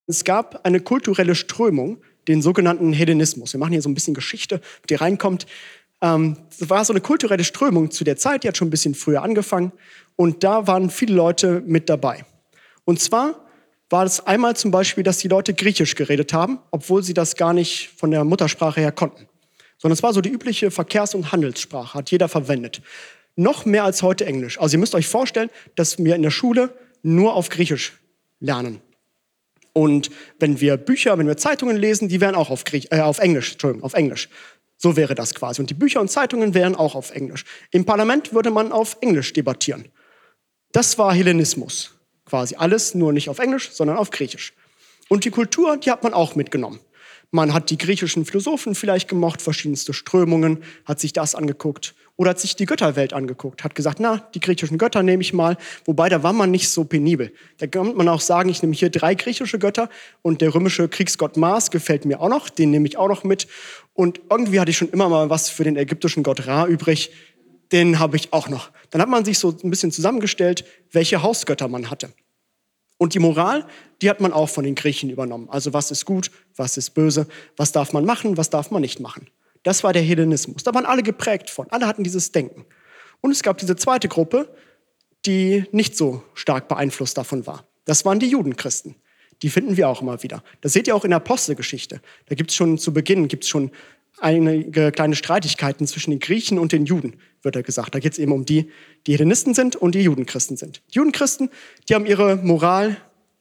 Es gab eine kulturelle Strömung, den sogenannten Hellenismus. Wir machen hier so ein bisschen Geschichte, die reinkommt. Es war so eine kulturelle Strömung zu der Zeit, die hat schon ein bisschen früher angefangen. Und da waren viele Leute mit dabei. Und zwar war es einmal zum Beispiel, dass die Leute Griechisch geredet haben, obwohl sie das gar nicht von der Muttersprache her konnten. Sondern es war so die übliche Verkehrs- und Handelssprache, hat jeder verwendet. Noch mehr als heute Englisch. Also ihr müsst euch vorstellen, dass wir in der Schule nur auf Griechisch lernen. Und wenn wir Zeitungen lesen, die wären auch auf Englisch. So wäre das quasi. Und die Bücher und Zeitungen wären auch auf Englisch. Im Parlament würde man auf Englisch debattieren. Das war Hellenismus. Quasi alles, nur nicht auf Englisch, sondern auf Griechisch. Und die Kultur, die hat man auch mitgenommen. Man hat die griechischen Philosophen vielleicht gemocht, verschiedenste Strömungen, hat sich das angeguckt. Oder hat sich die Götterwelt angeguckt, hat gesagt, die griechischen Götter nehme ich mal. Wobei, da war man nicht so penibel. Da kann man auch sagen, ich nehme hier 3 griechische Götter und der römische Kriegsgott Mars gefällt mir auch noch, den nehme ich auch noch mit. Und irgendwie hatte ich schon immer mal was für den ägyptischen Gott Ra übrig, den habe ich auch noch. Dann hat man sich so ein bisschen zusammengestellt, welche Hausgötter man hatte. Und die Moral, die hat man auch von den Griechen übernommen. Also was ist gut, was ist böse, was darf man machen, was darf man nicht machen. Das war der Hellenismus. Da waren alle geprägt von. Alle hatten dieses Denken. Und es gab diese zweite Gruppe, die nicht so stark beeinflusst davon war. Das waren die Judenchristen. Die finden wir auch immer wieder. Das seht ihr auch in der Apostelgeschichte. Da gibt es schon zu Beginn einige kleine Streitigkeiten zwischen den Griechen und den Juden, wird gesagt. Da geht es eben um die Hellenisten sind und die Judenchristen sind. Die Judenchristen, die haben ihre Moral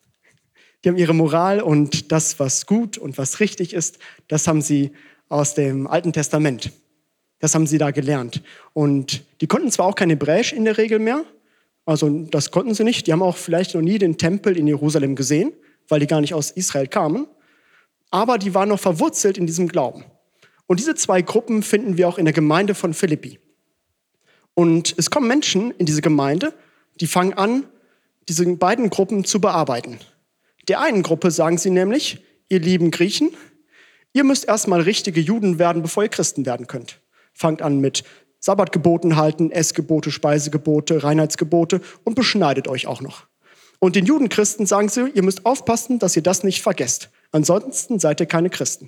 und das, was gut und was richtig ist, das haben sie aus dem Alten Testament. Das haben sie da gelernt. Und die konnten zwar auch kein Hebräisch in der Regel mehr, also das konnten sie nicht. Die haben auch vielleicht noch nie den Tempel in Jerusalem gesehen, weil die gar nicht aus Israel kamen. Aber die waren noch verwurzelt in diesem Glauben. Und diese 2 Gruppen finden wir auch in der Gemeinde von Philippi. Und es kommen Menschen in diese Gemeinde, die fangen an, diese beiden Gruppen zu bearbeiten. Der einen Gruppe sagen sie nämlich, ihr lieben Griechen, ihr müsst erstmal richtige Juden werden, bevor ihr Christen werden könnt. Fangt an mit Sabbatgeboten halten, Essgebote, Speisegebote, Reinheitsgebote und beschneidet euch auch noch. Und den Judenchristen sagen sie, ihr müsst aufpassen, dass ihr das nicht vergesst. Ansonsten seid ihr keine Christen.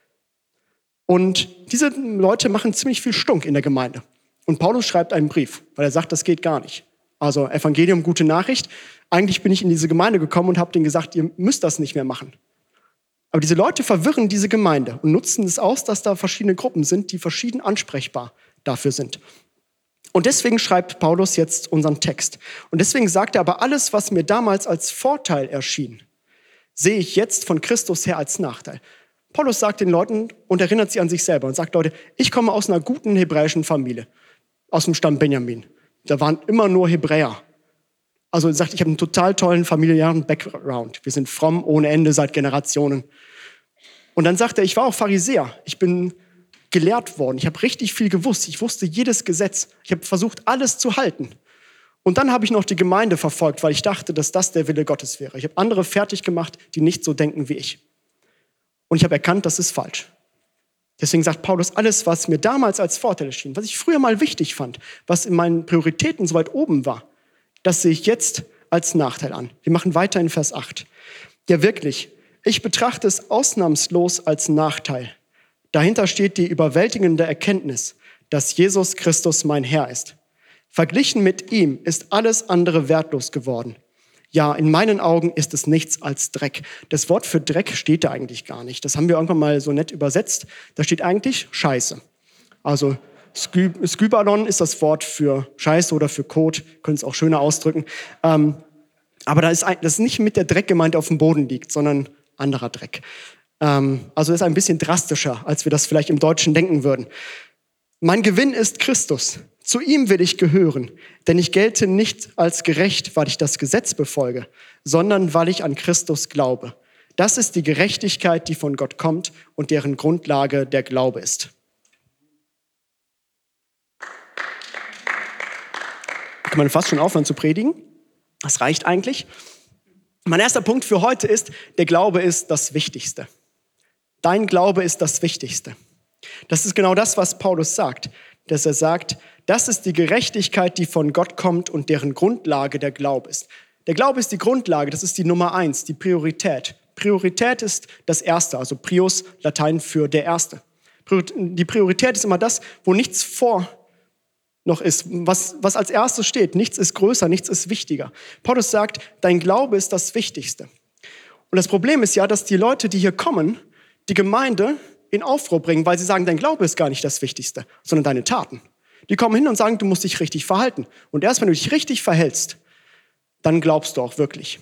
Und diese Leute machen ziemlich viel Stunk in der Gemeinde. Und Paulus schreibt einen Brief, weil er sagt, das geht gar nicht. Also Evangelium, gute Nachricht. Eigentlich bin ich in diese Gemeinde gekommen und habe denen gesagt, ihr müsst das nicht mehr machen. Aber diese Leute verwirren diese Gemeinde und nutzen es aus, dass da verschiedene Gruppen sind, die verschieden ansprechbar dafür sind. Und deswegen schreibt Paulus jetzt unseren Text. Und deswegen sagt er, aber alles, was mir damals als Vorteil erschien, sehe ich jetzt von Christus her als Nachteil. Paulus sagt den Leuten und erinnert sie an sich selber und sagt, Leute, ich komme aus einer guten hebräischen Familie, aus dem Stamm Benjamin. Da waren immer nur Hebräer. Also er sagt, ich habe einen total tollen familiären Background. Wir sind fromm ohne Ende seit Generationen. Und dann sagt er, ich war auch Pharisäer. Ich bin gelehrt worden. Ich habe richtig viel gewusst. Ich wusste jedes Gesetz. Ich habe versucht, alles zu halten. Und dann habe ich noch die Gemeinde verfolgt, weil ich dachte, dass das der Wille Gottes wäre. Ich habe andere fertig gemacht, die nicht so denken wie ich. Und ich habe erkannt, das ist falsch. Deswegen sagt Paulus, alles, was mir damals als Vorteil erschien, was ich früher mal wichtig fand, was in meinen Prioritäten so weit oben war, das sehe ich jetzt als Nachteil an. Wir machen weiter in Vers 8. Ja, wirklich, ich betrachte es ausnahmslos als Nachteil. Dahinter steht die überwältigende Erkenntnis, dass Jesus Christus mein Herr ist. Verglichen mit ihm ist alles andere wertlos geworden. Ja, in meinen Augen ist es nichts als Dreck. Das Wort für Dreck steht da eigentlich gar nicht. Das haben wir irgendwann mal so nett übersetzt. Da steht eigentlich Scheiße. Also Skybalon ist das Wort für Scheiße oder für Kot. Können es auch schöner ausdrücken. Aber das ist nicht mit der Dreck gemeint, der auf dem Boden liegt, sondern anderer Dreck. Also das ist ein bisschen drastischer, als wir das vielleicht im Deutschen denken würden. Mein Gewinn ist Christus. Zu ihm will ich gehören, denn ich gelte nicht als gerecht, weil ich das Gesetz befolge, sondern weil ich an Christus glaube. Das ist die Gerechtigkeit, die von Gott kommt und deren Grundlage der Glaube ist. Kann man fast schon aufhören zu predigen? Das reicht eigentlich. Mein erster Punkt für heute ist, der Glaube ist das Wichtigste. Dein Glaube ist das Wichtigste. Das ist genau das, was Paulus sagt, dass er sagt, das ist die Gerechtigkeit, die von Gott kommt und deren Grundlage der Glaube ist. Der Glaube ist die Grundlage, das ist die Nummer 1, die Priorität. Priorität ist das Erste, also Prius, Latein für der Erste. Die Priorität ist immer das, wo nichts vor noch ist, was als erstes steht. Nichts ist größer, nichts ist wichtiger. Paulus sagt, dein Glaube ist das Wichtigste. Und das Problem ist ja, dass die Leute, die hier kommen, die Gemeinde in Aufruhr bringen, weil sie sagen, dein Glaube ist gar nicht das Wichtigste, sondern deine Taten. Die kommen hin und sagen, du musst dich richtig verhalten. Und erst wenn du dich richtig verhältst, dann glaubst du auch wirklich.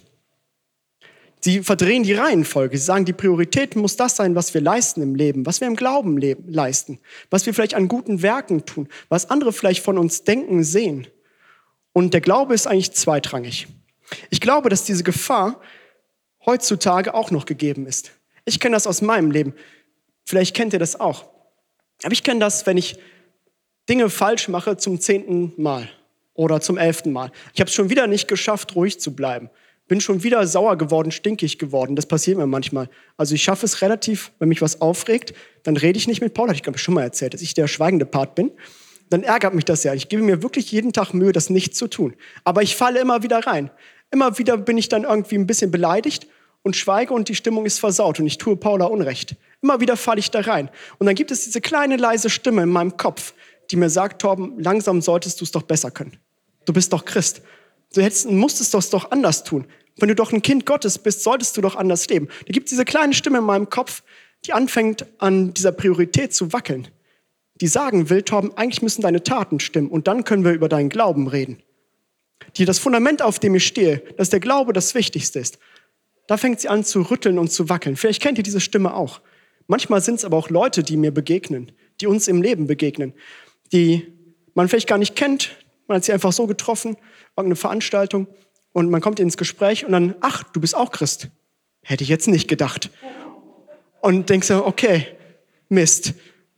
Sie verdrehen die Reihenfolge. Sie sagen, die Priorität muss das sein, was wir leisten im Leben, was wir im Glauben leisten, was wir vielleicht an guten Werken tun, was andere vielleicht von uns denken, sehen. Und der Glaube ist eigentlich zweitrangig. Ich glaube, dass diese Gefahr heutzutage auch noch gegeben ist. Ich kenne das aus meinem Leben. Vielleicht kennt ihr das auch. Aber ich kenne das, wenn ich Dinge falsch mache zum 10. Mal oder zum 11. Mal. Ich habe es schon wieder nicht geschafft, ruhig zu bleiben. Bin schon wieder sauer geworden, stinkig geworden. Das passiert mir manchmal. Also ich schaffe es relativ, wenn mich was aufregt, dann rede ich nicht mit Paul. Hatte ich, glaube ich, schon mal erzählt, dass ich der schweigende Part bin. Dann ärgert mich das ja. Ich gebe mir wirklich jeden Tag Mühe, das nicht zu tun. Aber ich falle immer wieder rein. Immer wieder bin ich dann irgendwie ein bisschen beleidigt und schweige und die Stimmung ist versaut und ich tue Paula Unrecht. Immer wieder falle ich da rein. Und dann gibt es diese kleine, leise Stimme in meinem Kopf, die mir sagt, Torben, langsam solltest du es doch besser können. Du bist doch Christ. Du musstest das doch anders tun. Wenn du doch ein Kind Gottes bist, solltest du doch anders leben. Da gibt es diese kleine Stimme in meinem Kopf, die anfängt, an dieser Priorität zu wackeln. Die sagen will, Torben, eigentlich müssen deine Taten stimmen und dann können wir über deinen Glauben reden. Das Fundament, auf dem ich stehe, dass der Glaube das Wichtigste ist, da fängt sie an zu rütteln und zu wackeln. Vielleicht kennt ihr diese Stimme auch. Manchmal sind es aber auch Leute, die mir begegnen, die uns im Leben begegnen, die man vielleicht gar nicht kennt. Man hat sie einfach so getroffen, irgendeine Veranstaltung und man kommt ins Gespräch und dann, ach, du bist auch Christ. Hätte ich jetzt nicht gedacht. Und denkst du, okay, Mist.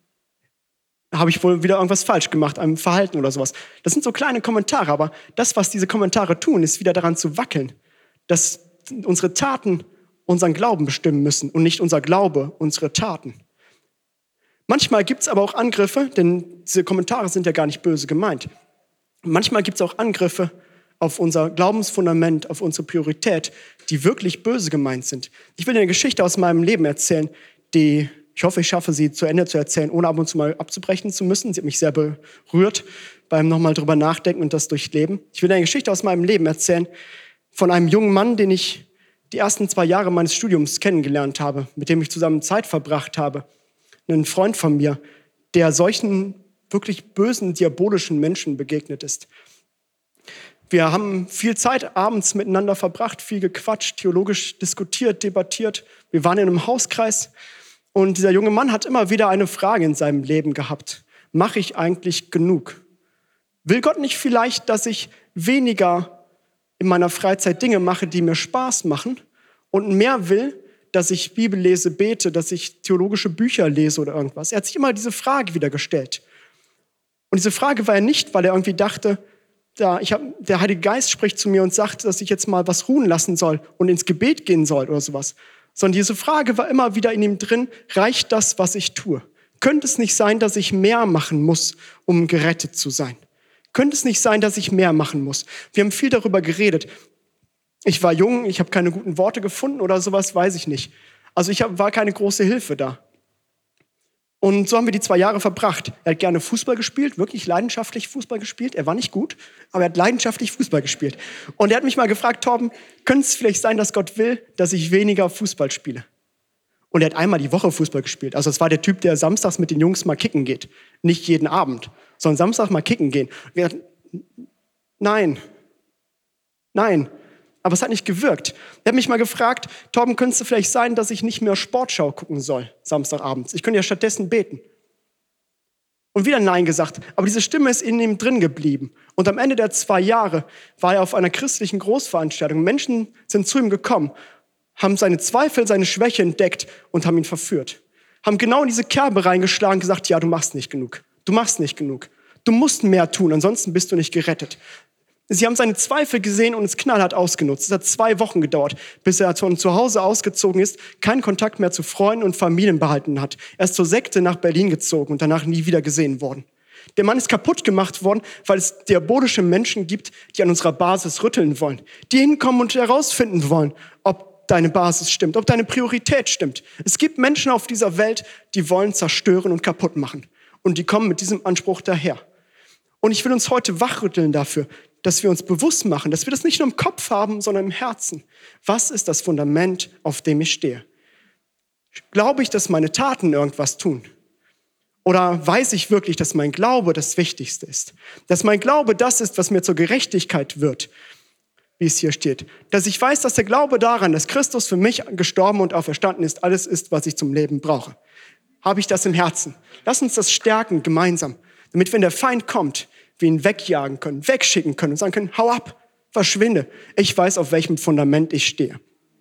Habe ich wohl wieder irgendwas falsch gemacht, am Verhalten oder sowas. Das sind so kleine Kommentare, aber das, was diese Kommentare tun, ist wieder daran zu wackeln, dass unsere Taten unseren Glauben bestimmen müssen und nicht unser Glaube unsere Taten. Manchmal gibt es aber auch Angriffe, denn diese Kommentare sind ja gar nicht böse gemeint. Manchmal gibt es auch Angriffe auf unser Glaubensfundament, auf unsere Priorität, die wirklich böse gemeint sind. Ich will dir eine Geschichte aus meinem Leben erzählen, die ich hoffe, ich schaffe sie zu Ende zu erzählen, ohne ab und zu mal abzubrechen zu müssen. Sie hat mich sehr berührt beim nochmal drüber nachdenken und das durchleben. Ich will eine Geschichte aus meinem Leben erzählen von einem jungen Mann, den ich die ersten 2 Jahre meines Studiums kennengelernt habe, mit dem ich zusammen Zeit verbracht habe. Ein Freund von mir, der solchen wirklich bösen, diabolischen Menschen begegnet ist. Wir haben viel Zeit abends miteinander verbracht, viel gequatscht, theologisch diskutiert, debattiert. Wir waren in einem Hauskreis und dieser junge Mann hat immer wieder eine Frage in seinem Leben gehabt. Mache ich eigentlich genug? Will Gott nicht vielleicht, dass ich weniger in meiner Freizeit Dinge mache, die mir Spaß machen und mehr will, dass ich Bibel lese, bete, dass ich theologische Bücher lese oder irgendwas? Er hat sich immer diese Frage wieder gestellt. Und diese Frage war ja nicht, weil er irgendwie dachte, der Heilige Geist spricht zu mir und sagt, dass ich jetzt mal was ruhen lassen soll und ins Gebet gehen soll oder sowas. Sondern diese Frage war immer wieder in ihm drin, reicht das, was ich tue? Könnte es nicht sein, dass ich mehr machen muss, um gerettet zu sein? Könnte es nicht sein, dass ich mehr machen muss? Wir haben viel darüber geredet. Ich war jung, ich habe keine guten Worte gefunden oder sowas, weiß ich nicht. Also war keine große Hilfe da. Und so haben wir die 2 Jahre verbracht. Er hat gerne Fußball gespielt, wirklich leidenschaftlich Fußball gespielt. Er war nicht gut, aber er hat leidenschaftlich Fußball gespielt. Und er hat mich mal gefragt, Torben, könnte es vielleicht sein, dass Gott will, dass ich weniger Fußball spiele? Und er hat einmal die Woche Fußball gespielt. Also es war der Typ, der samstags mit den Jungs mal kicken geht. Nicht jeden Abend, sondern Samstag mal kicken gehen. Und wir hatten, nein. Aber es hat nicht gewirkt. Er hat mich mal gefragt, Torben, könnte es vielleicht sein, dass ich nicht mehr Sportschau gucken soll, Samstagabends? Ich könnte ja stattdessen beten. Und wieder Nein gesagt. Aber diese Stimme ist in ihm drin geblieben. Und am Ende der 2 Jahre war er auf einer christlichen Großveranstaltung. Menschen sind zu ihm gekommen, haben seine Zweifel, seine Schwäche entdeckt und haben ihn verführt. Haben genau in diese Kerbe reingeschlagen und gesagt, ja, du machst nicht genug. Du machst nicht genug. Du musst mehr tun, ansonsten bist du nicht gerettet. Sie haben seine Zweifel gesehen und es knallhart ausgenutzt. Es hat 2 Wochen gedauert, bis er von zu Hause ausgezogen ist, keinen Kontakt mehr zu Freunden und Familien behalten hat. Er ist zur Sekte nach Berlin gezogen und danach nie wieder gesehen worden. Der Mann ist kaputt gemacht worden, weil es diabolische Menschen gibt, die an unserer Basis rütteln wollen. Die hinkommen und herausfinden wollen, ob ob deine Basis stimmt, ob deine Priorität stimmt. Es gibt Menschen auf dieser Welt, die wollen zerstören und kaputt machen. Und die kommen mit diesem Anspruch daher. Und ich will uns heute wachrütteln dafür, dass wir uns bewusst machen, dass wir das nicht nur im Kopf haben, sondern im Herzen. Was ist das Fundament, auf dem ich stehe? Glaube ich, dass meine Taten irgendwas tun? Oder weiß ich wirklich, dass mein Glaube das Wichtigste ist? Dass mein Glaube das ist, was mir zur Gerechtigkeit wird, wie es hier steht. Dass ich weiß, dass der Glaube daran, dass Christus für mich gestorben und auferstanden ist, alles ist, was ich zum Leben brauche. Habe ich das im Herzen? Lass uns das stärken gemeinsam, damit, wenn der Feind kommt, wir ihn wegjagen können, wegschicken können und sagen können, hau ab, verschwinde. Ich weiß, auf welchem Fundament ich stehe.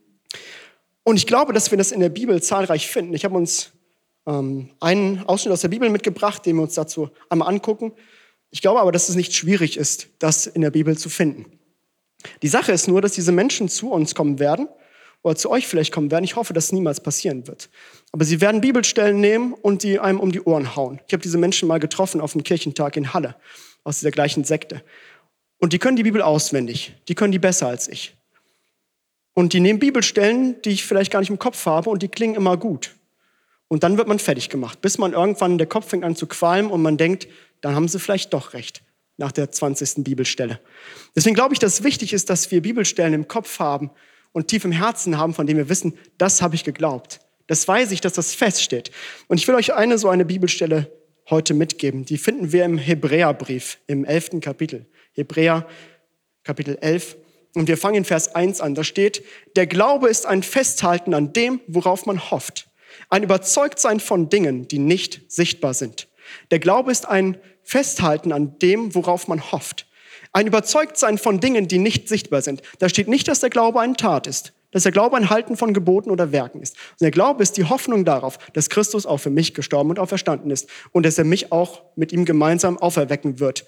Und ich glaube, dass wir das in der Bibel zahlreich finden. Ich habe uns einen Ausschnitt aus der Bibel mitgebracht, den wir uns dazu einmal angucken. Ich glaube aber, dass es nicht schwierig ist, das in der Bibel zu finden. Die Sache ist nur, dass diese Menschen zu uns kommen werden oder zu euch vielleicht kommen werden. Ich hoffe, dass es niemals passieren wird. Aber sie werden Bibelstellen nehmen und die einem um die Ohren hauen. Ich habe diese Menschen mal getroffen auf einem Kirchentag in Halle aus dieser gleichen Sekte. Und die können die Bibel auswendig. Die können die besser als ich. Und die nehmen Bibelstellen, die ich vielleicht gar nicht im Kopf habe und die klingen immer gut. Und dann wird man fertig gemacht, bis man irgendwann, der Kopf fängt an zu qualmen und man denkt, dann haben sie vielleicht doch recht, nach der 20. Bibelstelle. Deswegen glaube ich, dass es wichtig ist, dass wir Bibelstellen im Kopf haben und tief im Herzen haben, von denen wir wissen, das habe ich geglaubt. Das weiß ich, dass das feststeht. Und ich will euch so eine Bibelstelle heute mitgeben. Die finden wir im Hebräerbrief, im 11. Kapitel. Hebräer, Kapitel 11. Und wir fangen in Vers 1 an. Da steht, der Glaube ist ein Festhalten an dem, worauf man hofft. Ein Überzeugtsein von Dingen, die nicht sichtbar sind. Der Glaube ist ein Festhalten an dem, worauf man hofft. Ein Überzeugtsein von Dingen, die nicht sichtbar sind. Da steht nicht, dass der Glaube eine Tat ist, dass der Glaube ein Halten von Geboten oder Werken ist. Und der Glaube ist die Hoffnung darauf, dass Christus auch für mich gestorben und auferstanden ist und dass er mich auch mit ihm gemeinsam auferwecken wird.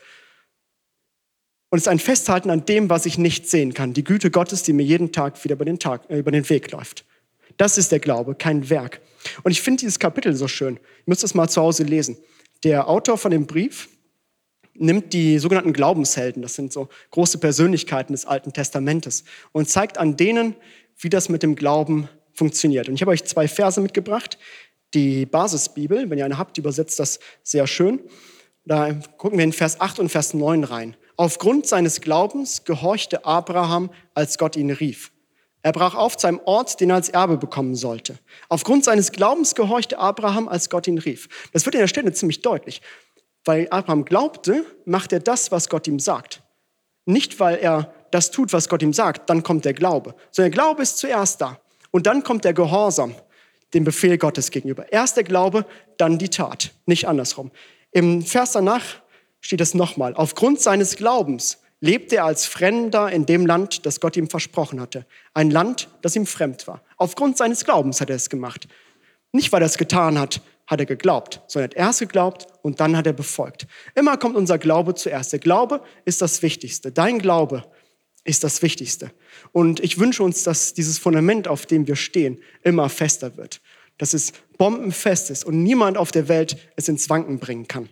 Und es ist ein Festhalten an dem, was ich nicht sehen kann. Die Güte Gottes, die mir jeden Tag wieder über den Weg läuft. Das ist der Glaube, kein Werk. Und ich finde dieses Kapitel so schön. Ihr müsst es mal zu Hause lesen. Der Autor von dem Brief nimmt die sogenannten Glaubenshelden, das sind so große Persönlichkeiten des Alten Testamentes, und zeigt an denen, wie das mit dem Glauben funktioniert. Und ich habe euch 2 Verse mitgebracht. Die Basisbibel, wenn ihr eine habt, die übersetzt das sehr schön. Da gucken wir in Vers 8 und Vers 9 rein. Aufgrund seines Glaubens gehorchte Abraham, als Gott ihn rief. Er brach auf zu einem Ort, den er als Erbe bekommen sollte. Aufgrund seines Glaubens gehorchte Abraham, als Gott ihn rief. Das wird in der Stelle ziemlich deutlich. Weil Abraham glaubte, macht er das, was Gott ihm sagt. Nicht, weil er das tut, was Gott ihm sagt, dann kommt der Glaube. Sondern der Glaube ist zuerst da. Und dann kommt der Gehorsam, dem Befehl Gottes gegenüber. Erst der Glaube, dann die Tat. Nicht andersrum. Im Vers danach steht es nochmal. Aufgrund seines Glaubens lebte er als Fremder in dem Land, das Gott ihm versprochen hatte. Ein Land, das ihm fremd war. Aufgrund seines Glaubens hat er es gemacht. Nicht, weil er es getan hat, hat er geglaubt, sondern er hat erst geglaubt und dann hat er befolgt. Immer kommt unser Glaube zuerst. Der Glaube ist das Wichtigste. Dein Glaube ist das Wichtigste. Und ich wünsche uns, dass dieses Fundament, auf dem wir stehen, immer fester wird. Dass es bombenfest ist und niemand auf der Welt es ins Wanken bringen kann.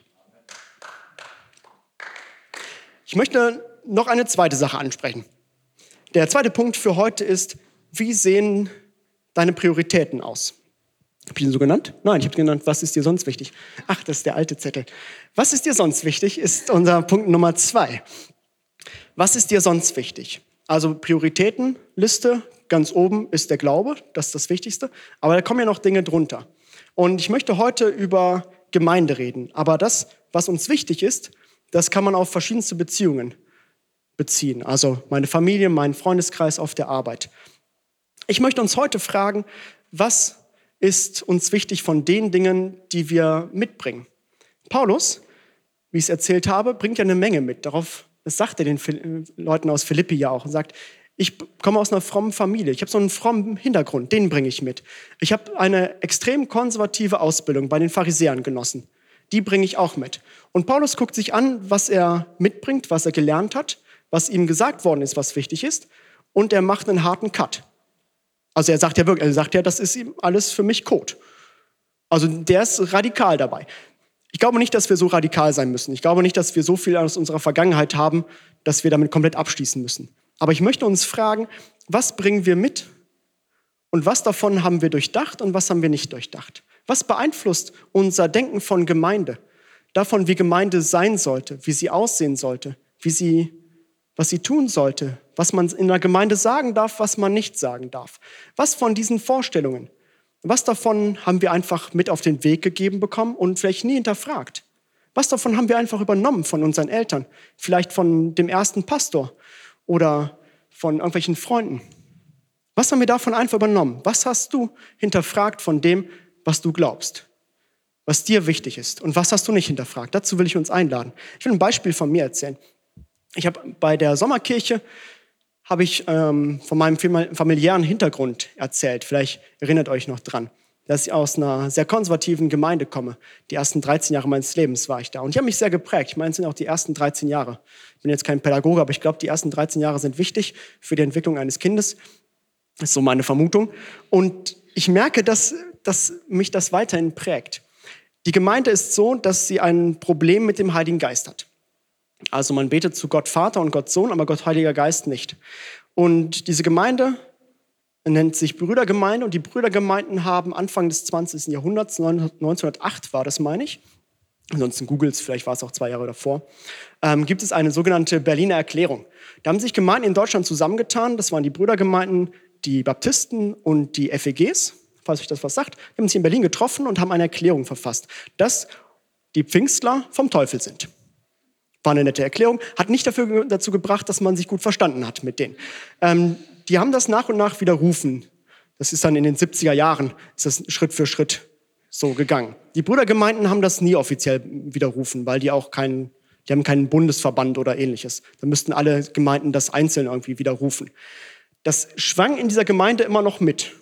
Ich möchte noch eine zweite Sache ansprechen. Der zweite Punkt für heute ist, wie sehen deine Prioritäten aus? Habe ich den so genannt? Nein, ich habe genannt, was ist dir sonst wichtig? Ach, das ist der alte Zettel. Was ist dir sonst wichtig, ist unser Punkt Nummer 2. Was ist dir sonst wichtig? Also Prioritätenliste, ganz oben ist der Glaube, das ist das Wichtigste. Aber da kommen ja noch Dinge drunter. Und ich möchte heute über Gemeinde reden. Aber das, was uns wichtig ist, das kann man auf verschiedenste Beziehungen beziehen. Also meine Familie, meinen Freundeskreis auf der Arbeit. Ich möchte uns heute fragen, was ist uns wichtig von den Dingen, die wir mitbringen? Paulus, wie ich es erzählt habe, bringt ja eine Menge mit. Das sagt er den Leuten aus Philippi ja auch und sagt, ich komme aus einer frommen Familie, ich habe so einen frommen Hintergrund, den bringe ich mit. Ich habe eine extrem konservative Ausbildung bei den Pharisäern genossen, die bringe ich auch mit. Und Paulus guckt sich an, was er mitbringt, was er gelernt hat, was ihm gesagt worden ist, was wichtig ist, und er macht einen harten Cut. Also er sagt ja, das ist ihm alles für mich Code. Also der ist radikal dabei. Ich glaube nicht, dass wir so radikal sein müssen. Ich glaube nicht, dass wir so viel aus unserer Vergangenheit haben, dass wir damit komplett abschließen müssen. Aber ich möchte uns fragen, was bringen wir mit Und was davon haben wir durchdacht und was haben wir nicht durchdacht? Was beeinflusst unser Denken von Gemeinde? Davon, wie Gemeinde sein sollte, wie sie aussehen sollte, was sie tun sollte, was man in der Gemeinde sagen darf, was man nicht sagen darf. Was von diesen Vorstellungen, was davon haben wir einfach mit auf den Weg gegeben bekommen und vielleicht nie hinterfragt? Was davon haben wir einfach übernommen von unseren Eltern, vielleicht von dem ersten Pastor oder von irgendwelchen Freunden? Was haben wir davon einfach übernommen? Was hast du hinterfragt von dem, was du glaubst, was dir wichtig ist? Und was hast du nicht hinterfragt? Dazu will ich uns einladen. Ich will ein Beispiel von mir erzählen. Ich habe bei der Sommerkirche von meinem familiären Hintergrund erzählt. Vielleicht erinnert euch noch dran, dass ich aus einer sehr konservativen Gemeinde komme. Die ersten 13 Jahre meines Lebens war ich da. Und die haben mich sehr geprägt. Ich meine, es sind auch die ersten 13 Jahre. Ich bin jetzt kein Pädagoge, aber ich glaube, die ersten 13 Jahre sind wichtig für die Entwicklung eines Kindes. Das ist so meine Vermutung. Und ich merke, dass mich das weiterhin prägt. Die Gemeinde ist so, dass sie ein Problem mit dem Heiligen Geist hat. Also man betet zu Gott Vater und Gott Sohn, aber Gott Heiliger Geist nicht. Und diese Gemeinde nennt sich Brüdergemeinde und die Brüdergemeinden haben Anfang des 20. Jahrhunderts, 1908 war das, meine ich, ansonsten googelt es, vielleicht war es auch 2 Jahre davor, gibt es eine sogenannte Berliner Erklärung. Da haben sich Gemeinden in Deutschland zusammengetan, das waren die Brüdergemeinden, die Baptisten und die FEGs, falls euch das was sagt, die haben sich in Berlin getroffen und haben eine Erklärung verfasst, dass die Pfingstler vom Teufel sind. War eine nette Erklärung, hat nicht dazu gebracht, dass man sich gut verstanden hat mit denen. Die haben das nach und nach widerrufen. Das ist dann in den 70er Jahren, ist das Schritt für Schritt so gegangen. Die Brüdergemeinden haben das nie offiziell widerrufen, weil die haben keinen Bundesverband oder ähnliches. Da müssten alle Gemeinden das einzeln irgendwie widerrufen. Das schwang in dieser Gemeinde immer noch mit.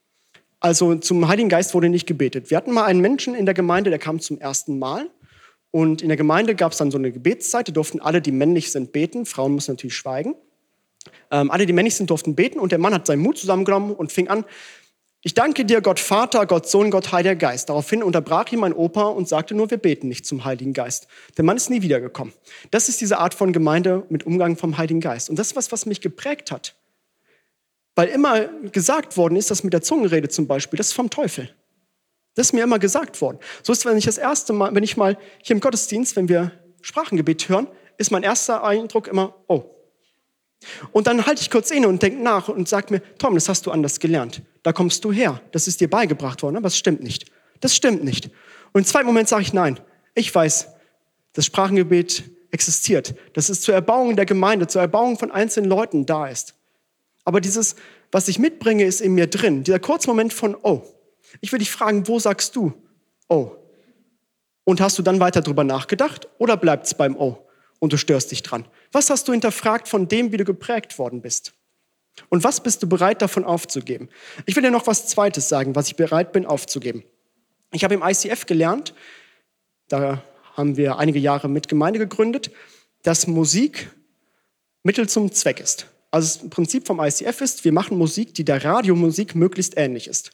Also zum Heiligen Geist wurde nicht gebetet. Wir hatten mal einen Menschen in der Gemeinde, der kam zum ersten Mal. Und in der Gemeinde gab es dann so eine Gebetszeit, da durften alle, die männlich sind, beten. Frauen mussten natürlich schweigen. Alle, die männlich sind, durften beten. Und der Mann hat seinen Mut zusammengenommen und fing an: Ich danke dir, Gott Vater, Gott Sohn, Gott Heiliger Geist. Daraufhin unterbrach ihn mein Opa und sagte nur, wir beten nicht zum Heiligen Geist. Der Mann ist nie wiedergekommen. Das ist diese Art von Gemeinde mit Umgang vom Heiligen Geist. Und das ist was mich geprägt hat. Weil immer gesagt worden ist, dass mit der Zungenrede zum Beispiel, das ist vom Teufel. Das ist mir immer gesagt worden. So ist, wenn ich mal hier im Gottesdienst, wenn wir Sprachengebet hören, ist mein erster Eindruck immer, oh. Und dann halte ich kurz inne und denke nach und sage mir, Tom, das hast du anders gelernt. Da kommst du her. Das ist dir beigebracht worden, aber das stimmt nicht. Das stimmt nicht. Und im zweiten Moment sage ich, nein, ich weiß, das Sprachengebet existiert. Dass es zur Erbauung der Gemeinde, zur Erbauung von einzelnen Leuten da ist. Aber dieses, was ich mitbringe, ist in mir drin. Dieser Kurzmoment von, oh. Ich will dich fragen, wo sagst du, oh? Und hast du dann weiter drüber nachgedacht oder bleibt es beim oh und du störst dich dran? Was hast du hinterfragt von dem, wie du geprägt worden bist? Und was bist du bereit, davon aufzugeben? Ich will dir noch was Zweites sagen, was ich bereit bin aufzugeben. Ich habe im ICF gelernt, da haben wir einige Jahre mit Gemeinde gegründet, dass Musik Mittel zum Zweck ist. Also das Prinzip vom ICF ist, wir machen Musik, die der Radiomusik möglichst ähnlich ist.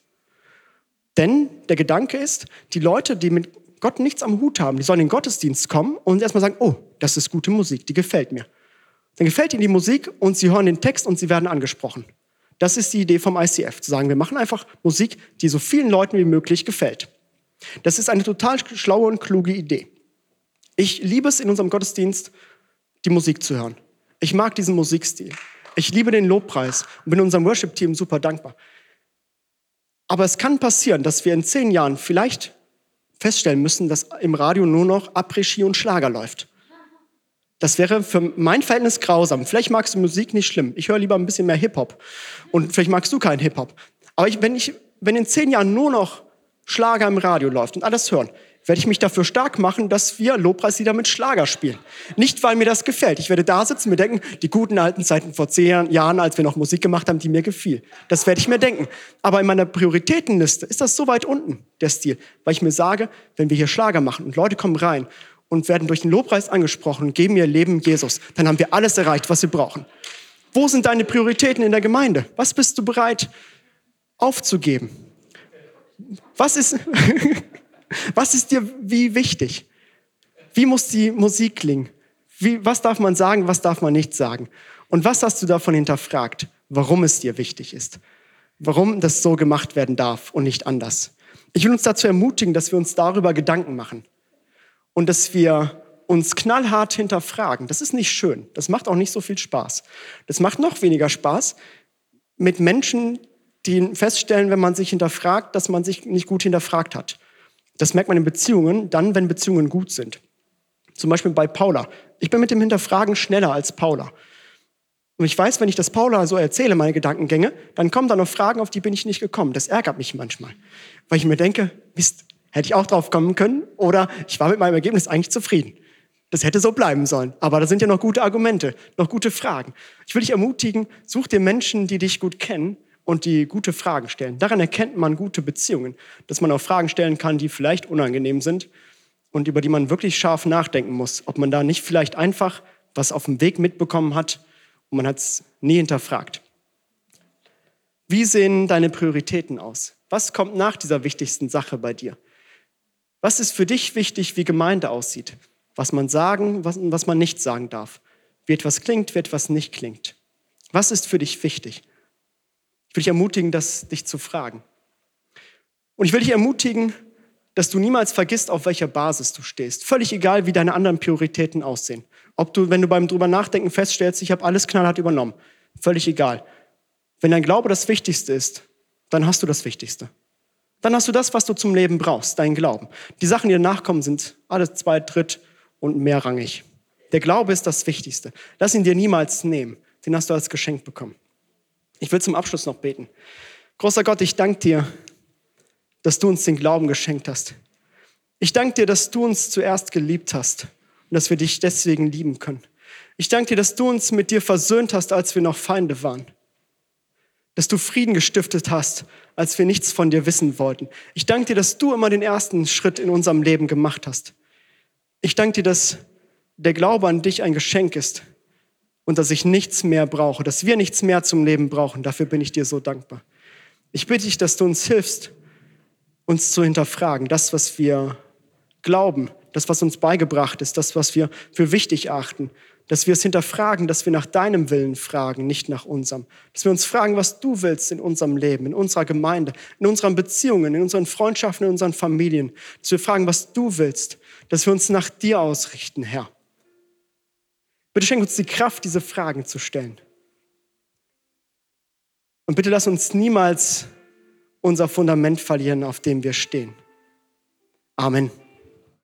Denn der Gedanke ist, die Leute, die mit Gott nichts am Hut haben, die sollen in den Gottesdienst kommen und erstmal sagen, oh, das ist gute Musik, die gefällt mir. Dann gefällt ihnen die Musik und sie hören den Text und sie werden angesprochen. Das ist die Idee vom ICF, zu sagen, wir machen einfach Musik, die so vielen Leuten wie möglich gefällt. Das ist eine total schlaue und kluge Idee. Ich liebe es in unserem Gottesdienst, die Musik zu hören. Ich mag diesen Musikstil. Ich liebe den Lobpreis und bin unserem Worship-Team super dankbar. Aber es kann passieren, dass wir in 10 Jahren vielleicht feststellen müssen, dass im Radio nur noch Après-Ski und Schlager läuft. Das wäre für mein Verhältnis grausam. Vielleicht magst du Musik nicht schlimm. Ich höre lieber ein bisschen mehr Hip-Hop. Und vielleicht magst du keinen Hip-Hop. Aber wenn in 10 Jahren nur noch Schlager im Radio läuft und alles hören, werde ich mich dafür stark machen, dass wir Lobpreislieder mit Schlager spielen. Nicht, weil mir das gefällt. Ich werde da sitzen und mir denken, die guten alten Zeiten vor 10 Jahren, als wir noch Musik gemacht haben, die mir gefiel. Das werde ich mir denken. Aber in meiner Prioritätenliste ist das so weit unten, der Stil. Weil ich mir sage, wenn wir hier Schlager machen und Leute kommen rein und werden durch den Lobpreis angesprochen und geben ihr Leben Jesus, dann haben wir alles erreicht, was wir brauchen. Wo sind deine Prioritäten in der Gemeinde? Was bist du bereit aufzugeben? Was ist dir wie wichtig? Wie muss die Musik klingen? Was darf man sagen, was darf man nicht sagen? Und was hast du davon hinterfragt, warum es dir wichtig ist? warum das so gemacht werden darf und nicht anders. Ich will uns dazu ermutigen, dass wir uns darüber Gedanken machen und dass wir uns knallhart hinterfragen. Das ist nicht schön. Das macht auch nicht so viel Spaß. Das macht noch weniger Spaß mit Menschen, die feststellen, wenn man sich hinterfragt, dass man sich nicht gut hinterfragt hat. Das merkt man in Beziehungen, dann, wenn Beziehungen gut sind. Zum Beispiel bei Paula. Ich bin mit dem Hinterfragen schneller als Paula. Und ich weiß, wenn ich das Paula so erzähle, meine Gedankengänge, dann kommen da noch Fragen, auf die bin ich nicht gekommen. Das ärgert mich manchmal. Weil ich mir denke, Mist, hätte ich auch drauf kommen können oder ich war mit meinem Ergebnis eigentlich zufrieden. Das hätte so bleiben sollen. Aber da sind ja noch gute Argumente, noch gute Fragen. Ich will dich ermutigen, such dir Menschen, die dich gut kennen und die gute Fragen stellen. Daran erkennt man gute Beziehungen, dass man auch Fragen stellen kann, die vielleicht unangenehm sind und über die man wirklich scharf nachdenken muss, ob man da nicht vielleicht einfach was auf dem Weg mitbekommen hat und man hat es nie hinterfragt. Wie sehen deine Prioritäten aus? Was kommt nach dieser wichtigsten Sache bei dir? Was ist für dich wichtig, wie Gemeinde aussieht? Was man sagen, was man nicht sagen darf? Wie etwas klingt, wie etwas nicht klingt? Was ist für dich wichtig? Ich will dich ermutigen, dich zu fragen. Und ich will dich ermutigen, dass du niemals vergisst, auf welcher Basis du stehst. Völlig egal, wie deine anderen Prioritäten aussehen. Ob du, wenn du beim drüber nachdenken feststellst, ich habe alles knallhart übernommen. Völlig egal. Wenn dein Glaube das Wichtigste ist, dann hast du das Wichtigste. Dann hast du das, was du zum Leben brauchst, dein Glauben. Die Sachen, die danach kommen, sind alles zweit-, dritt- und mehrrangig. Der Glaube ist das Wichtigste. Lass ihn dir niemals nehmen. Den hast du als Geschenk bekommen. Ich will zum Abschluss noch beten. Großer Gott, ich danke dir, dass du uns den Glauben geschenkt hast. Ich danke dir, dass du uns zuerst geliebt hast und dass wir dich deswegen lieben können. Ich danke dir, dass du uns mit dir versöhnt hast, als wir noch Feinde waren. Dass du Frieden gestiftet hast, als wir nichts von dir wissen wollten. Ich danke dir, dass du immer den ersten Schritt in unserem Leben gemacht hast. Ich danke dir, dass der Glaube an dich ein Geschenk ist und dass ich nichts mehr brauche, dass wir nichts mehr zum Leben brauchen. Dafür bin ich dir so dankbar. Ich bitte dich, dass du uns hilfst, uns zu hinterfragen, das, was wir glauben, das, was uns beigebracht ist, das, was wir für wichtig achten, dass wir es hinterfragen, dass wir nach deinem Willen fragen, nicht nach unserem. Dass wir uns fragen, was du willst in unserem Leben, in unserer Gemeinde, in unseren Beziehungen, in unseren Freundschaften, in unseren Familien. Dass wir fragen, was du willst, dass wir uns nach dir ausrichten, Herr. Bitte schenk uns die Kraft, diese Fragen zu stellen. Und bitte lass uns niemals unser Fundament verlieren, auf dem wir stehen. Amen.